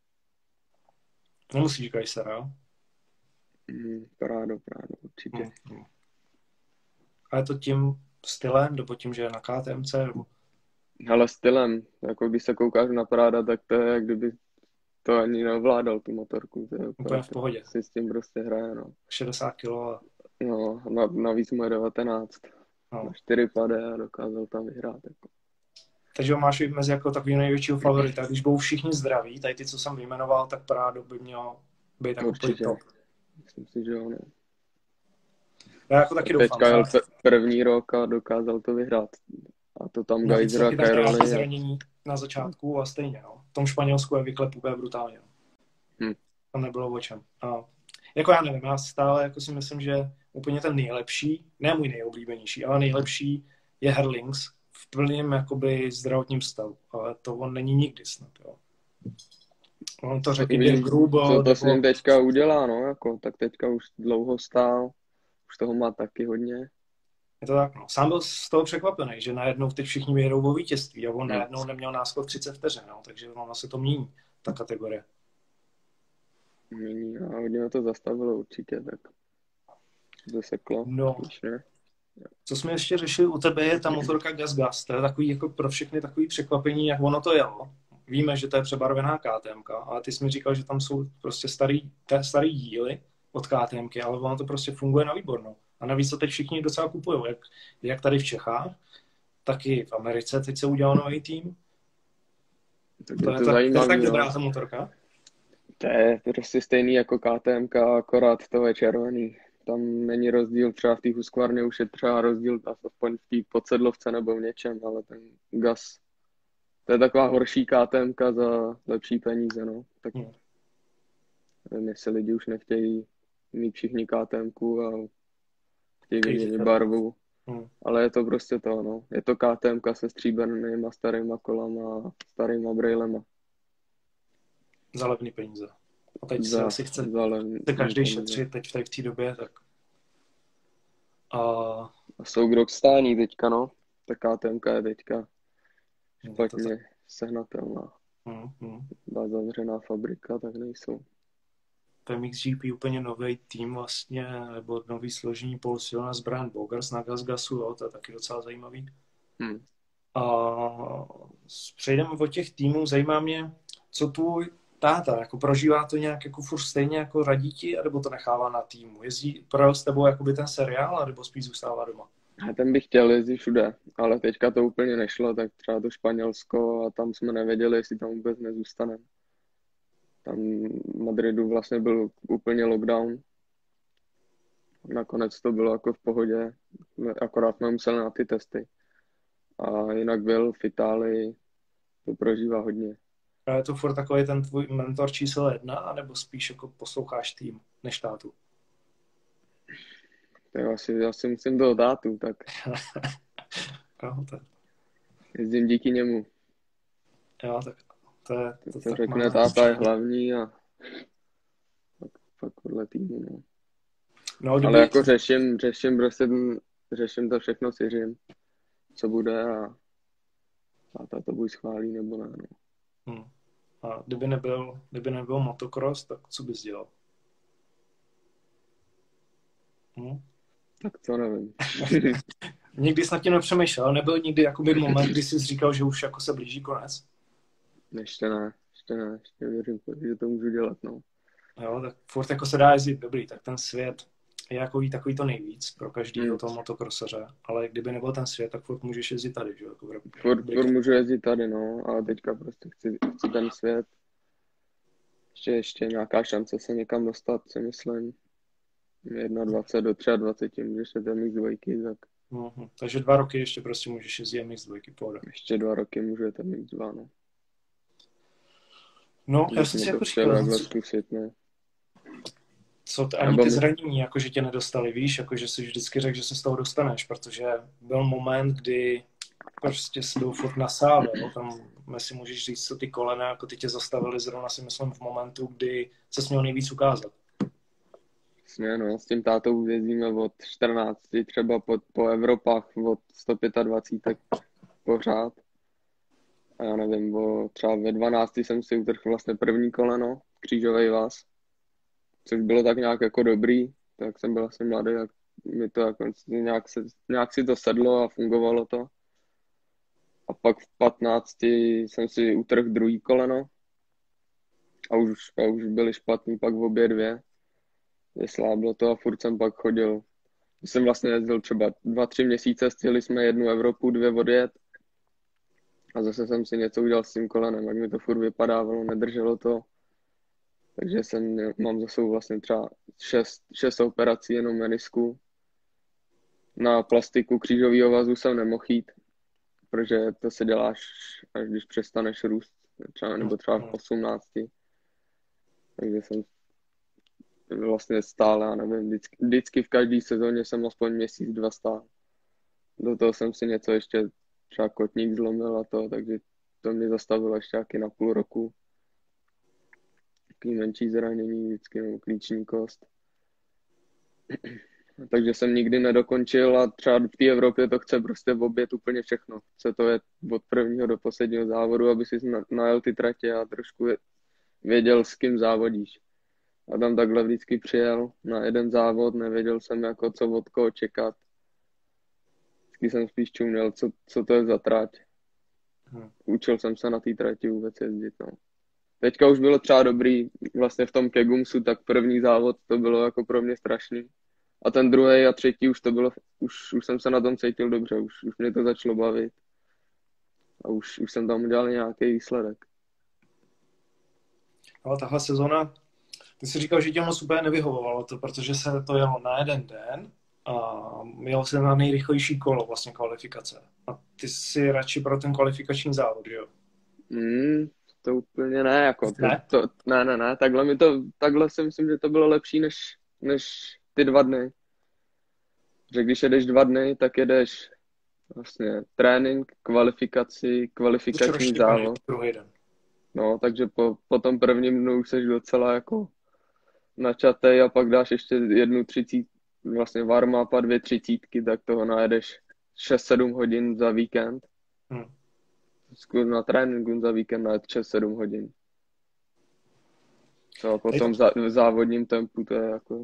Nemusíš Geisera, jo? mm, Prado, Prado, určitě. Hmm. Hmm. A je to tím stylem, nebo tím, že je na K T M C, nebo... Ale stylem, jako když se koukáš na Prada, tak to je, jak kdyby to ani neovládal tu motorku. To je Úplně v pohodě. si s tím prostě hraje, no. šedesát kilo a... No, na, navíc mu je devatenáct. No. Na čtyři pade a dokázal tam vyhrát. Jako. Takže ho máš mezi jako takový největšího favorita. Když budou všichni zdraví, tady ty, co jsem vyjmenoval, tak Prado by měl být tak úplně Určitě. top. Myslím si, že jo, no. Já jako taky doufám. Teďka jel třeba- pe- první rok a dokázal to vyhrát. A to tam Navíc Geiser a taky tam nějaké Cairoli. zranění na začátku a stejně, no. V tom Španělsku je vyklep úplně brutálně. No. Hm. Tam nebylo o čem. A jako já nevím, já stále jako si myslím, že úplně ten nejlepší, ne můj nejoblíbenější, ale nejlepší je Herlings v plném jakoby zdravotním stavu. Ale to on není nikdy snad, jo. On to řekl Uvidím, Dirk Grubel, co to nebo- s ním teďka udělá, no, jako, tak teďka už dlouho stál, už toho má taky hodně. Je to tak, no. Sám byl z toho překvapený, že najednou teď všichni vyjedou o vítězství a on Hmm. najednou neměl náskok třicet vteřin, no. Takže ono se to mění, ta kategorie. Mění a hodně ho to zastavilo určitě, tak zaseklo, No. spíš ne. Co jsme ještě řešili u tebe je ta motorka Gas Gas. To je takový jako pro všechny takový překvapení, jak ono to jelo. Víme, že to je přebarvená K T M, ale ty jsi mi říkal, že tam jsou prostě starý, te- starý díly od K T M, ale ono to prostě funguje na výbornou. A navíc to teď všichni docela kupují, jak, jak tady v Čechách, tak i v Americe teď se udělal nový tým. Tak To je je, to tak, to je zajímavý, tak no. dobrá ta motorka. To je prostě stejný jako K T M, akorát to je červený. Tam není rozdíl, třeba v té Husqvarně už je třeba rozdíl aspoň v té podsedlovce nebo v něčem, ale ten gas, to je taková horší K T M za lepší peníze, no. Tak Hmm. nevím, jestli lidi už nechtějí mít všichni K T M a chtějí Chtějí vidět říkat. barvu. Hmm. Ale je to prostě to, no. Je to K T M se stříbrnýma starýma kolama a starýma brejlema. Za levný peníze. A teď se Za, asi chce za levný chce každý peníze. šetřit teď v té- v té době, tak... A A jsou k rockstání teďka, no. Ta K T M je teďka je to tak. špatně sehnatelná. Hmm, hmm. Byla zavřená fabrika, tak nejsou. V M X G P úplně nový tým vlastně, nebo nový složení Paul Jonas, Brian Bogers na GasGasu, jo, to je taky docela zajímavý. Hmm. A s- přejdeme od těch týmů, zajímá mě, co tvůj táta, jako prožívá to nějak jako furt stejně jako radí ti, nebo to nechává na týmu? Jezdí, projel s tebou jakoby ten seriál, nebo spíš zůstává doma? A ten bych chtěl jezdit všude, ale teďka to úplně nešlo, tak třeba to Španělsko a tam jsme nevěděli, jestli tam vůbec nezůstaneme. Tam v Madridu vlastně byl úplně lockdown. Nakonec to bylo jako v pohodě, akorát jsme museli na ty testy. A jinak byl v Itálii, to prožívá hodně. A je to furt takový ten tvůj mentor číslo jedna, nebo spíš jako posloucháš tým než tátu? To jo, asi, asi musím do tátu, tak Jo, tak, jezdím díky němu. jo, tak to je, Tak to se tak řekne, má táta je určitě. hlavní a pak, pak podle týmu, no. No, Ale kdyby, jako řeším, řeším prostě, ten- řeším to všechno s Jiřím, co bude a táta to buď schválí nebo ne, no. hm. A kdyby nebyl, kdyby nebyl motocross, tak co bys dělal? Hm? Tak to nevím. Nikdy jsi nad tím nepřemýšlel? Nebyl nikdy jakoby moment, kdy jsi říkal, že už jako se blíží konec? Ještě ne, ještě ne, ještě věřím, že to můžu dělat, no. Jo, tak furt jako se dá jezdit dobrý, tak ten svět je jako takový to nejvíc pro každého Hmm. toho motokrosaře, ale kdyby nebyl ten svět, tak furt můžeš jezdit tady, že jo? Jako v republice. Furt, furt můžu jezdit tady, no, ale teďka prostě chci, chci ten svět. Ještě, ještě nějaká šance se někam dostat, si myslím. dvacet jedna do dvacet tři můžeš se tam mít dvojky, tak Mhm. Takže dva roky ještě prostě můžeš jezdit M X dva pohoda. ještě dva roky můžete mít dva, no. No, já Když jsem mi si to jako chtěl říkal, takhle co, zkusit, ne. co t- ani Nebo ty my- zranění, jako že tě nedostali, víš, jako že si vždycky řekl, že se z toho dostaneš, protože byl moment, kdy prostě jsi byl furt na sále, jo? Tam si můžeš říct, co ty kolena, jako ty tě zastavili zrovna si myslím v momentu, kdy se měl nejvíc ukázat. Jasně, no, s tím tátou jezdíme od čtrnácti třeba po, po Evropách, od sto dvacet pět pořád. A já nevím, o, třeba ve dvanácti jsem si utrhl vlastně první koleno, křížový vaz, což bylo tak nějak jako dobrý, tak jsem byl asi mladý, tak mi to jako nějak, se, nějak si to sedlo a fungovalo to. A pak v patnácti jsem si utrhl druhý koleno a už, a už byly špatný pak v obě dvě. Sláblo to a furt jsem pak chodil. Když jsem vlastně jezdil třeba dva, tři měsíce, stihli jsme jednu Evropu, dvě odjet a zase jsem si něco udělal s tím kolenem, jak mi to furt vypadávalo, nedrželo to. Takže jsem, mám za sebou vlastně třeba šest, šest operací jenom menisku. Na plastiku křížového vazu jsem nemohl jít, protože to se děláš, až když přestaneš růst, třeba, nebo třeba v osmnácti. Takže jsem vlastně stál, já nevím, vždycky, vždycky v každé sezóně jsem aspoň měsíc, dva stál. Do toho jsem si něco ještě třeba kotník zlomil a to, takže to mě zastavilo ještě taky na půl roku. Taký menší zranění vždycky, nebo klíční kost. Takže jsem nikdy nedokončil a třeba v té Evropě to chce prostě obět úplně všechno. Chce to jet od prvního do posledního závodu, aby si najel ty tratě a trošku věděl, s kým závodíš. A tam takhle vždycky přijel na jeden závod, nevěděl jsem jako co od koho čekat. Vždycky jsem spíš čuměl, co, co to je za trať. Hmm. Učil jsem se na té trati vůbec jezdit, no. Teďka už bylo třeba dobrý, vlastně v tom Kegumsu, tak první závod to bylo jako pro mě strašný. A ten druhý a třetí už to bylo, už, už jsem se na tom cítil dobře, už, už mě to začalo bavit. A už, už jsem tam udělal nějaký výsledek. Ale tahle sezona, ty jsi říkal, že tě moc úplně nevyhovovalo to, protože se to jelo na jeden den a jelo se na nejrychlejší kolo vlastně kvalifikace. A ty jsi radši pro ten kvalifikační závod, jo? Mm, to úplně ne, jako to, Ne? to, ne, ne, ne, takhle mi to, takhle si myslím, že to bylo lepší než, než ty dva dny. Že když jedeš dva dny, tak jedeš vlastně trénink, kvalifikaci, kvalifikační závod. Druhý den. No, takže po, po tom prvním dnu už jsi docela jako načatej a pak dáš ještě jednu třicít, vlastně warm-up a dvě třicítky, tak toho najedeš šest sedm hodin za víkend. Hmm. Na tréninku za víkend najet šest sedm hodin. No a potom za, v závodním tempu to je jako...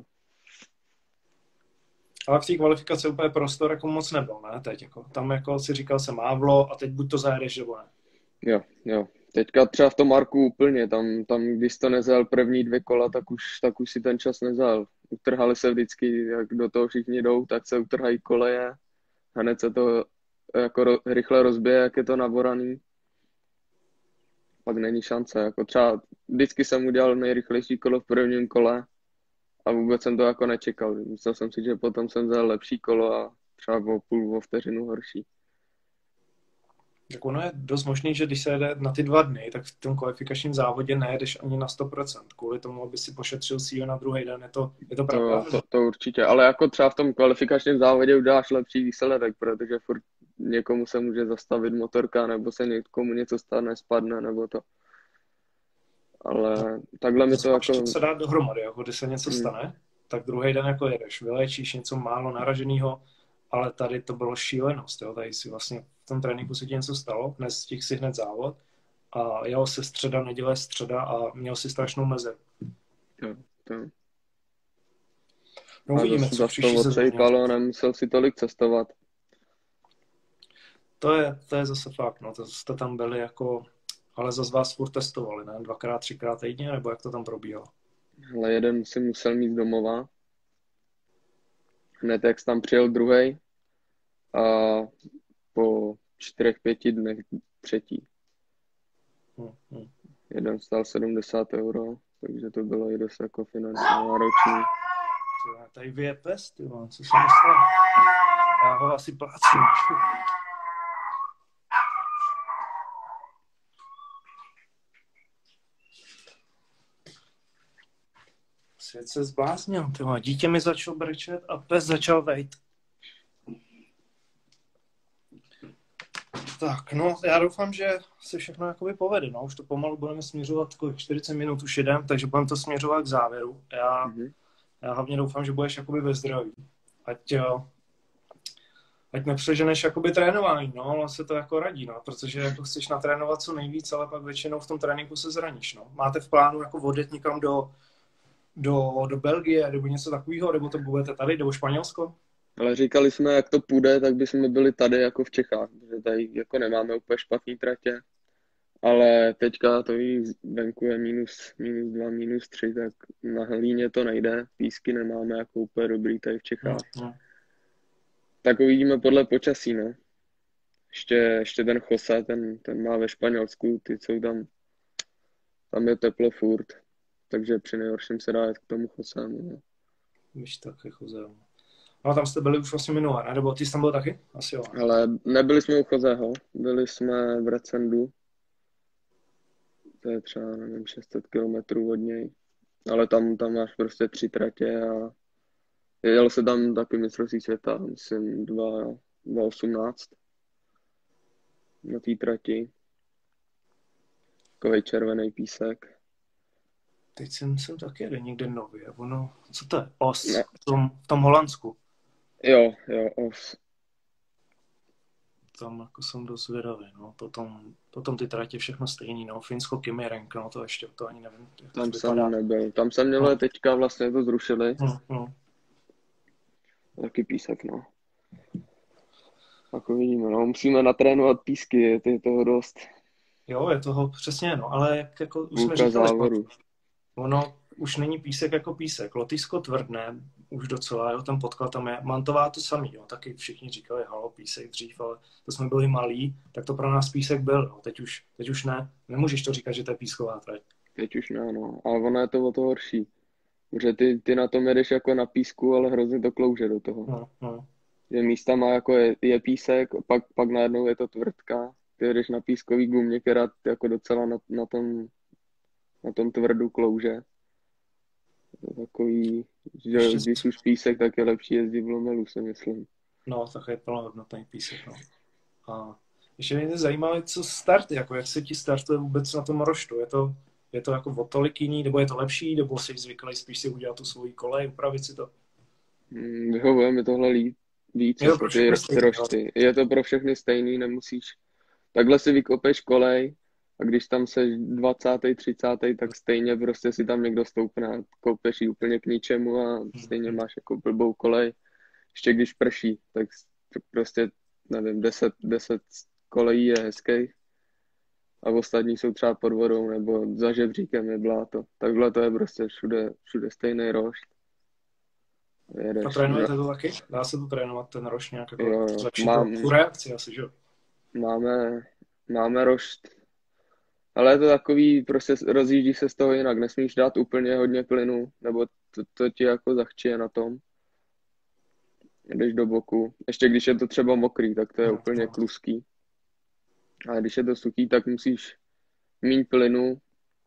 Ale v té kvalifikaci úplně prostor jako moc nebyl, ne? Teď jako, tam jako si říkal se mávlo a teď buď to zajedeš, nebo ne. Jo, jo. Teďka třeba v tom Marku úplně, tam, tam když to nezajel první dvě kola, tak už, tak už si ten čas nezajel. Utrhali se vždycky, jak do toho všichni jdou, tak se utrhají koleje. Hned se to jako ro, rychle rozbije, jak je to naboraný. Pak není šance. Jako třeba vždycky jsem udělal nejrychlejší kolo v prvním kole a vůbec jsem to jako nečekal. Myslel jsem si, že potom jsem zajel lepší kolo a třeba o půl o vteřinu horší. Tak ono je dost možný, že když se jede na ty dva dny, tak v tom kvalifikačním závodě nejedeš ani na sto procent. Kvůli tomu, aby si pošetřil sílu na druhý den. Je to, je to pravda? To, to, to určitě, ale jako třeba v tom kvalifikačním závodě uděláš lepší výsledek, protože furt někomu se může zastavit motorka, nebo se někomu něco stane, spadne, nebo to. Ale takhle mi to jako... To se dá dohromady, jako když se něco Hmm. stane, tak druhý den jako jedeš, vylečíš něco málo naraženého, ale tady to bylo šílenost, jo? Tady si vlastně v tom tréninku se ti něco stalo, nestihl si hned závod a jel se středa, neděle středa a měl si strašnou mezeru. Jo, to. No A uvidíme, zase, co zase příští to sezóně. odsekalo, nemusel si tolik cestovat. To je, to je zase fakt, no, to jste tam byli jako, ale zase vás furt testovali, ne? Dvakrát, třikrát týdně, nebo jak to tam probíhalo? Ale jeden si musel mít z domova. Hned jak tam přijel druhej a po čtyřech, pěti dnech třetí. Hm, hm. Jeden stál sedmdesát euro, takže to bylo i dost jako finančně náročný. To je tady vyje pes, ty vole, co se mi stalo? Já ho asi plácnu. Svět se zbláznil, ty vole. Dítě mi začal brečet a pes začal vejt. Tak, no, já doufám, že se všechno jakoby povede, no, už to pomalu budeme směřovat, kolik, čtyřicet minut už jedem, takže budeme to směřovat k závěru. Já, Mhm. já hlavně doufám, že budeš jakoby ve zdraví. Ať, jo, ať nepřeženeš jakoby trénování, no, ale se to jako radí, no, protože jako chceš natrénovat co nejvíc, ale pak většinou v tom tréninku se zraníš, no. Máte v plánu jako odjet někam do, do, do Belgie, nebo něco takového, nebo to budete tady, nebo Španělsko? Ale říkali jsme, jak to půjde, tak bychom byli tady jako v Čechách, protože tady jako nemáme úplně špatný tratě. Ale teďka to i venku je minus, minus dva, minus tři, tak na hlíně to nejde. Písky nemáme jako úplně dobrý tady v Čechách. No, no. Tak uvidíme podle počasí, no. Ještě, ještě ten Jose, ten, ten má ve Španělsku, ty jsou tam, tam je teplo furt. Takže při nejhorším se dá jít k tomu Josemu, no. Víš, tak jako zem. No, tam jste byli už vlastně minulé, ne? Nebo ty jsi tam byl taky? Asi jo. Ale nebyli jsme u Joseho, byli jsme v Recendu. To je třeba, nevím, šest set kilometrů od něj. Ale tam, tam máš prostě tři tratě a jel se tam taky mistrovství světa, myslím dva tisíce osmnáct na té trati. Takovej červený písek. Teď jsem, jsem taky jede někde nově. Ono, co to je? Os. Ne. V tom, v tom Holandsku. Jo, jo, os. Tam jako jsem dost zvědavý, no. Potom, potom ty tratě všechno stejný, no. Finsko, Kymirenk, no to ještě, to ani nevím, jak Tam to jsem vypadá. nebyl. Tam jsem měl, ale teďka vlastně to zrušili. Hmm, hmm. Taky písek, no. Tak uvidíme, no. Musíme natrénovat písky, je, je toho dost. Jo, je toho přesně, no, ale jak jako už jsme Půlka říkali, závodu. ono už není písek jako písek. Lotyšsko tvrdne, už docela, jo, ten podklad tam je. Mantová to samý, jo, taky všichni říkali, halo, písek dřív, ale to jsme byli malí, tak to pro nás písek byl, jo. Teď už, teď už ne. Nemůžeš to říkat, že to je písková trať. Teď už ne, no. Ale ono je to o to horší. Protože ty, ty na tom jedeš jako na písku, ale hrozně to klouže do toho. No, no. Že místa má jako je, je písek, pak, pak najednou je to tvrdka. Ty jedeš na pískový gumě, která jako docela na, na tom na tom tvrdu klouže. To je takový, že Ještě- když už písek, tak je lepší jezdit v lomelu, si myslím. No, tak je plnohodnotný písek, no. A ještě mě zajímavé, co starty, jako jak se ti startuje vůbec na tom roštu. Je to, je to jako o tolik jiný, nebo je to lepší, nebo jsi zvyklý spíš si udělat tu svoji kolej, upravit si to? Hmm, Vyhovuje mi tohle líp, víc, Je to pro ty všechny stejný, rošty. Je to pro všechny stejný, nemusíš. Takhle si vykopeš kolej a když tam seš dvacátý, třicátý, tak stejně prostě si tam někdo stoupne a koupeš ji úplně k ničemu a stejně máš jako blbou kolej. Ještě když prší, tak prostě, nevím, deset, deset kolejí je hezkých a ostatní jsou třeba pod vodou nebo za žebříkem je bláto. Takhle to je prostě všude, všude stejný rošt. Jedeš. A trénujete to taky? Dá se to trénovat, ten roš nějak jako Jo, jo. zlepšit Mám- tu reakci asi, že jo? Máme, máme rošt, ale je to takový, prostě rozjíždí se z toho jinak, nesmíš dát úplně hodně plynu, nebo to, to ti jako zachčije na tom. Jdeš do boku. Ještě když je to třeba mokrý, tak to je No, úplně no. kluský. A když je to suchý, tak musíš mít plynu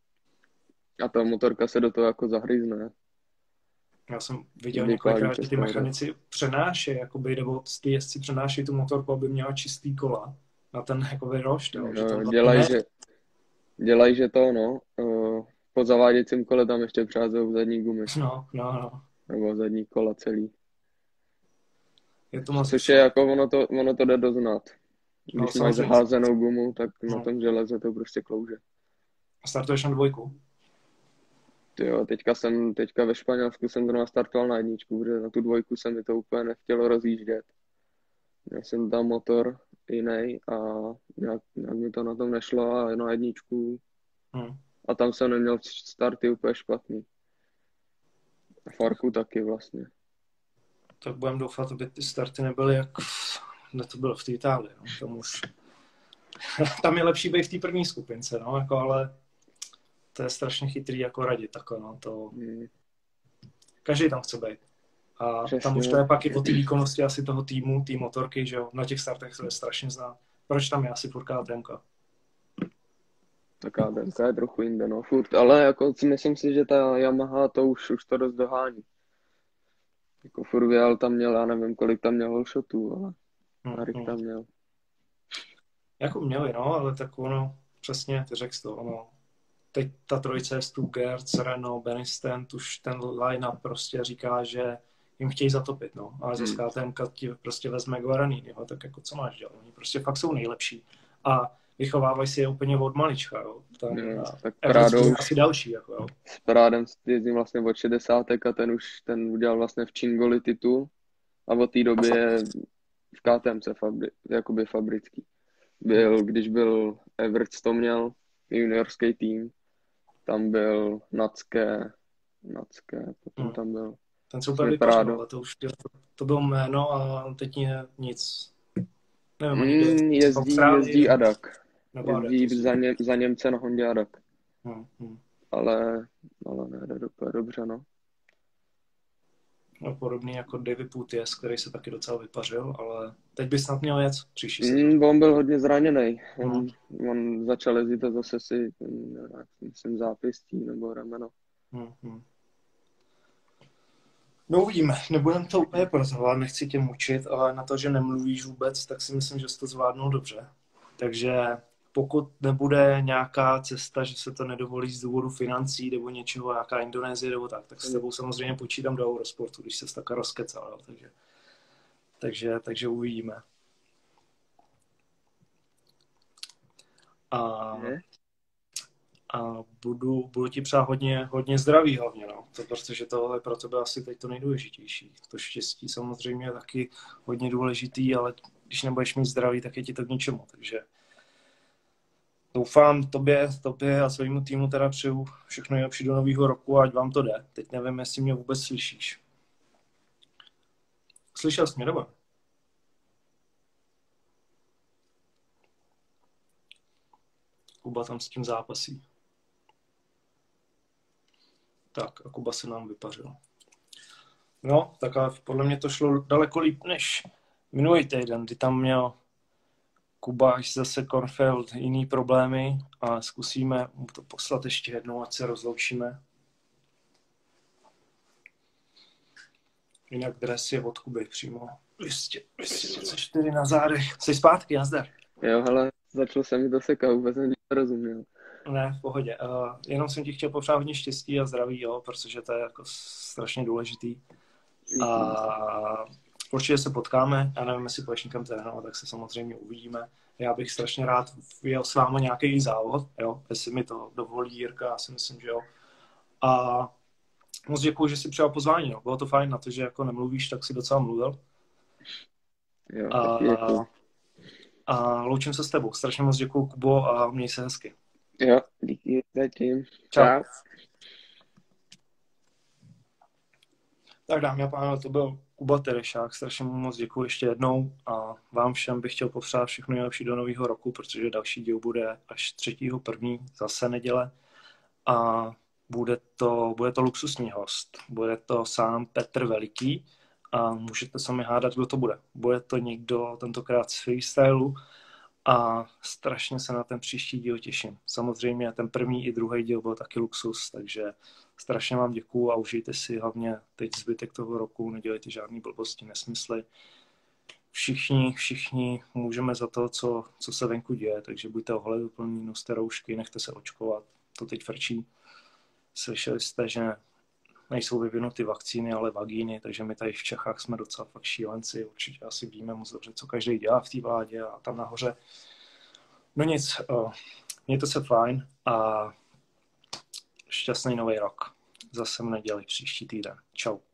a ta motorka se do toho jako zahryzne. Já jsem viděl Vypálí několikrát, to že ty z toho. mechanici přenášejí, jakoby, nebo ty jezdci přenášejí tu motorku, aby měla čistý kola na ten jakoby rošt, jo, že tam No, vlastně dělají, ne. že, dělají, že to, no, uh, po zaváděcím kole tam ještě přeházou zadní gumy, No, no, no. nebo zadní kola celý. Je to moc Což je hezké. jako, ono to, ono to jde doznat. No, Když máš samozřejmě. zaházenou gumu, tak na No. tom železe to prostě klouže. Startuješ na dvojku? Jo, teďka jsem, teďka ve Španělsku jsem zrovna startoval na jedničku, protože na tu dvojku se mi to úplně nechtělo rozjíždět. Měl jsem tam motor jiný a nějak, nějak mi to na tom nešlo a na jedničku. Hmm. A tam jsem neměl starty úplně špatný. A Farku taky vlastně. Tak budeme doufat, aby ty starty nebyly jak... Ne, to bylo v té Itálii, no. Tam už... Tam je lepší být v té první skupince, no, jako, ale to je strašně chytrý jako radit, tako, no, to... Hmm. Každý tam chce být. A Přesně. tam už to je pak i o té výkonnosti asi toho týmu, té motorky, že jo, na těch startech to je strašně znát. Proč tam je asi furt ká té emka? Ta ká té emka je trochu jinde, no, furt, ale jako myslím si, že ta Yamaha to už, už to dost dohání. Jako Furvial tam měl, já nevím, kolik tam měl holshotů, ale Marik hmm. tam měl. Jako měli, no, ale tak ono, přesně, ty řekl to, ono, teď ta trojice je Stuttgart, Renault, Benistant, už ten line-up prostě říká, že jim chtějí zatopit, no, ale zase ká té emka ti prostě vezme Guaranini, jo, tak jako co máš dělat, oni prostě fakt jsou nejlepší a vychovávají si je úplně od malička, jo, tam, No, tak Prádou Prádou asi další, jako jo. S Prádem jezdím vlastně od šedesátek a ten už, ten udělal vlastně v Čingoli titul a od té doby je v ká té emce fabri, jakoby fabrický. Byl, když byl Everts to měl, juniorský tým, tam byl Natské, Natské, potom Hmm. tam byl Ten se úplně vypařil, ale to už to, to bylo jméno a teď je nic. Nevím, ani kde. mm, jezdí, jezdí Adak. Jezdí za, ně, za Němce na Hondě Adak. Hmm, hmm. Ale, ale ne, jde dopadne dobře, no. No, podobný jako Davy Puties, který se taky docela vypařil, ale teď by snad měl jet příští se. Mm, on byl hodně zraněný. On, hmm. on začal jezdit a zase si, myslím, zápěstí nebo rameno. Hmm, hmm. No uvidíme, nebudem to úplně prozovat, nechci tě mučit, ale na to, že nemluvíš vůbec, tak si myslím, že jsi to zvládnul dobře. Takže pokud nebude nějaká cesta, že se to nedovolí z důvodu financí nebo něčeho, nějaká Indonésie nebo tak, tak s tebou samozřejmě počítám do Eurosportu, když se takhle rozkecal, jo, takže, takže, takže uvidíme. A, a budu, budu ti přát hodně, hodně zdraví hlavně, no. To, protože tohle je pro tebe asi teď to nejdůležitější. To štěstí samozřejmě je taky hodně důležitý, ale když nebudeš mít zdraví, tak je ti to k ničemu, takže doufám tobě, tobě a svému týmu teda přeju všechno nejlepší do nového roku, ať vám to jde. Teď nevím, jestli mě vůbec slyšíš. Slyšel jsi mě, nebo? Kuba tam s tím zápasí. Tak a Kuba se nám vypařil. No, tak ale podle mě to šlo daleko líp než minulý týden, kdy tam měl Kuba až zase Kornfeld jiný problémy a zkusíme mu to poslat ještě jednou, ať se rozloučíme. Jinak dres je od Kuby přímo. dvě stě dvacet čtyři na zádech. Jsi zpátky, nazdar. Jo, hele, začal jsem mi dosekat, vůbec jsem rozuměl. Ne, v pohodě. Uh, jenom jsem ti chtěl popřát hodně štěstí a zdraví, jo, protože to je jako strašně důležitý. A určitě se potkáme, já nevím, jestli půjdeš někam trénovat, tak se samozřejmě uvidíme. Já bych strašně rád jel s vámi nějaký závod, jo, jestli mi to dovolí Jirka, já si myslím, že jo. A moc děkuju, že jsi přijal pozvání, jo. Bylo to fajn na to, že jako nemluvíš, tak si docela mluvil. Jo, a, a loučím se s tebou. Strašně moc děkuju, Kubo, a měj se hezky. Jo, díky, zatím. Čau. Čau. Tak dámy a pánové, to byl Kuba Terešák, strašně mu moc děkuji ještě jednou a vám všem bych chtěl popřát všechno nejlepší do nového roku, protože další díl bude až třetího prvního zase neděle a bude to, bude to luxusní host, bude to sám Petr Veliký a můžete sami hádat, kdo to bude. Bude to někdo tentokrát z freestylu a strašně se na ten příští díl těším. Samozřejmě ten první i druhý díl byl taky luxus, takže strašně vám děkuju a užijte si hlavně teď zbytek toho roku, nedělejte žádný blbosti, nesmysly. Všichni, všichni můžeme za to, co, co se venku děje, takže buďte ohleduplní, noste roušky, nechte se očkovat, to teď frčí. Slyšeli jste, že nejsou vyvinuty vakcíny, ale vagíny, takže my tady v Čechách jsme docela fakt šílenci, určitě asi víme moc dobře, co každý dělá v té vládě a tam nahoře. No nic, mějte se fajn a šťastný nový rok. Zase v neděli příští týden. Čau.